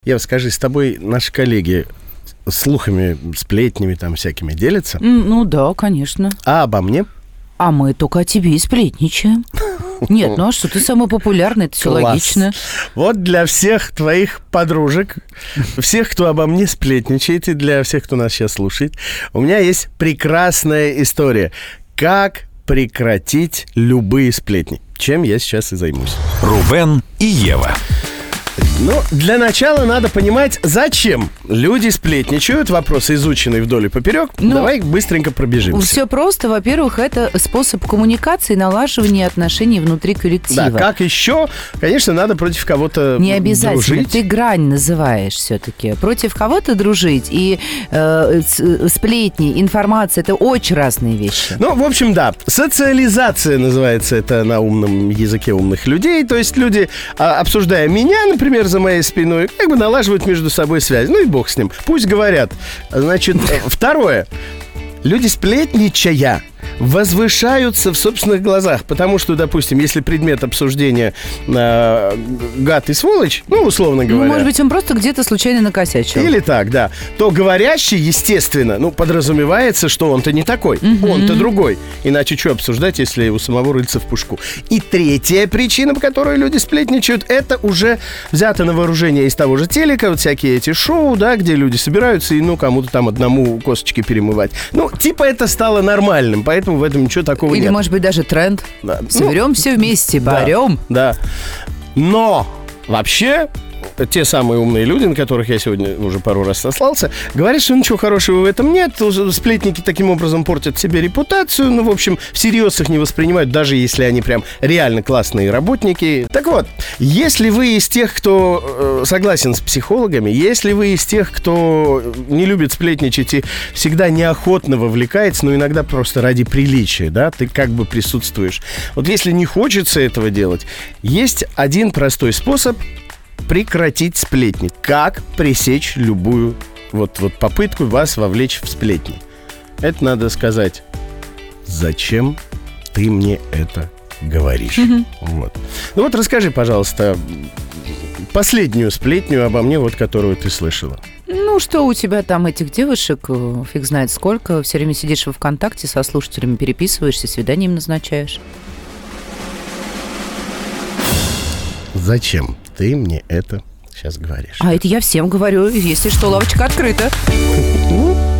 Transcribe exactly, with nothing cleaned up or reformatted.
Ева, скажи, с тобой наши коллеги слухами, сплетнями там всякими делятся? Ну да, конечно. А обо мне? А мы только о тебе и сплетничаем. Нет, ну а что, ты самый популярный, это все логично. Вот для всех твоих подружек, всех, кто обо мне сплетничает, и для всех, кто нас сейчас слушает, у меня есть прекрасная история. Как прекратить любые сплетни. Чем я сейчас и займусь. Рубен и Ева. Ну, для начала надо понимать, зачем люди сплетничают. Вопросы изученные вдоль и поперек. Ну, давай быстренько пробежимся. Все просто. Во-первых, это способ коммуникации, налаживания отношений внутри коллектива. Да, как еще? Конечно, надо против кого-то Не обязательно. дружить. Ты грань называешь все-таки. Против кого-то дружить и э, сплетни, информация – это очень разные вещи. Ну, в общем, да. Социализация называется это на умном языке умных людей. То есть люди, обсуждая меня, например, за моей спиной, как бы налаживают между собой связь. Ну и бог с ним. Пусть говорят. Значит, второе. Люди, сплетничая, возвышаются в собственных глазах. Потому что, допустим, если предмет обсуждения э, гад и сволочь, ну, условно говоря. Ну, может быть, он просто где-то случайно накосячил. Или так, да. То говорящий, естественно, ну, подразумевается, что он-то не такой. Угу. Он-то другой. Иначе что обсуждать, если у самого рыльца в пушку? И третья причина, по которой люди сплетничают, это уже взято на вооружение из того же телека. Вот всякие эти шоу, да, где люди собираются и, ну, кому-то там одному косточки перемывать. Ну, типа это стало нормальным, поэтому в этом ничего такого Или, нет. Или, может быть, даже тренд. Да. Соберемся ну, вместе, борем. Да, да. Но вообще те самые умные люди, на которых я сегодня уже пару раз сослался, говорят, что ничего хорошего в этом нет. Сплетники таким образом портят себе репутацию. Ну, в общем, всерьез их не воспринимают, даже если они прям реально классные работники. Так вот, если вы из тех, кто э, согласен с психологами, если вы из тех, кто не любит сплетничать и всегда неохотно вовлекается, но иногда просто ради приличия, да, ты как бы присутствуешь. Вот если не хочется этого делать, есть один простой способ прекратить сплетни. Как пресечь любую вот, вот попытку вас вовлечь в сплетни? Это надо сказать: зачем ты мне это говоришь? Mm-hmm. Вот. Ну вот расскажи, пожалуйста, последнюю сплетню обо мне, вот которую ты слышала. Ну, что у тебя там этих девушек, фиг знает сколько, все время сидишь во ВКонтакте, со слушателями переписываешься, свидания им назначаешь. Зачем ты мне это сейчас говоришь? А это я всем говорю, если что, лавочка открыта.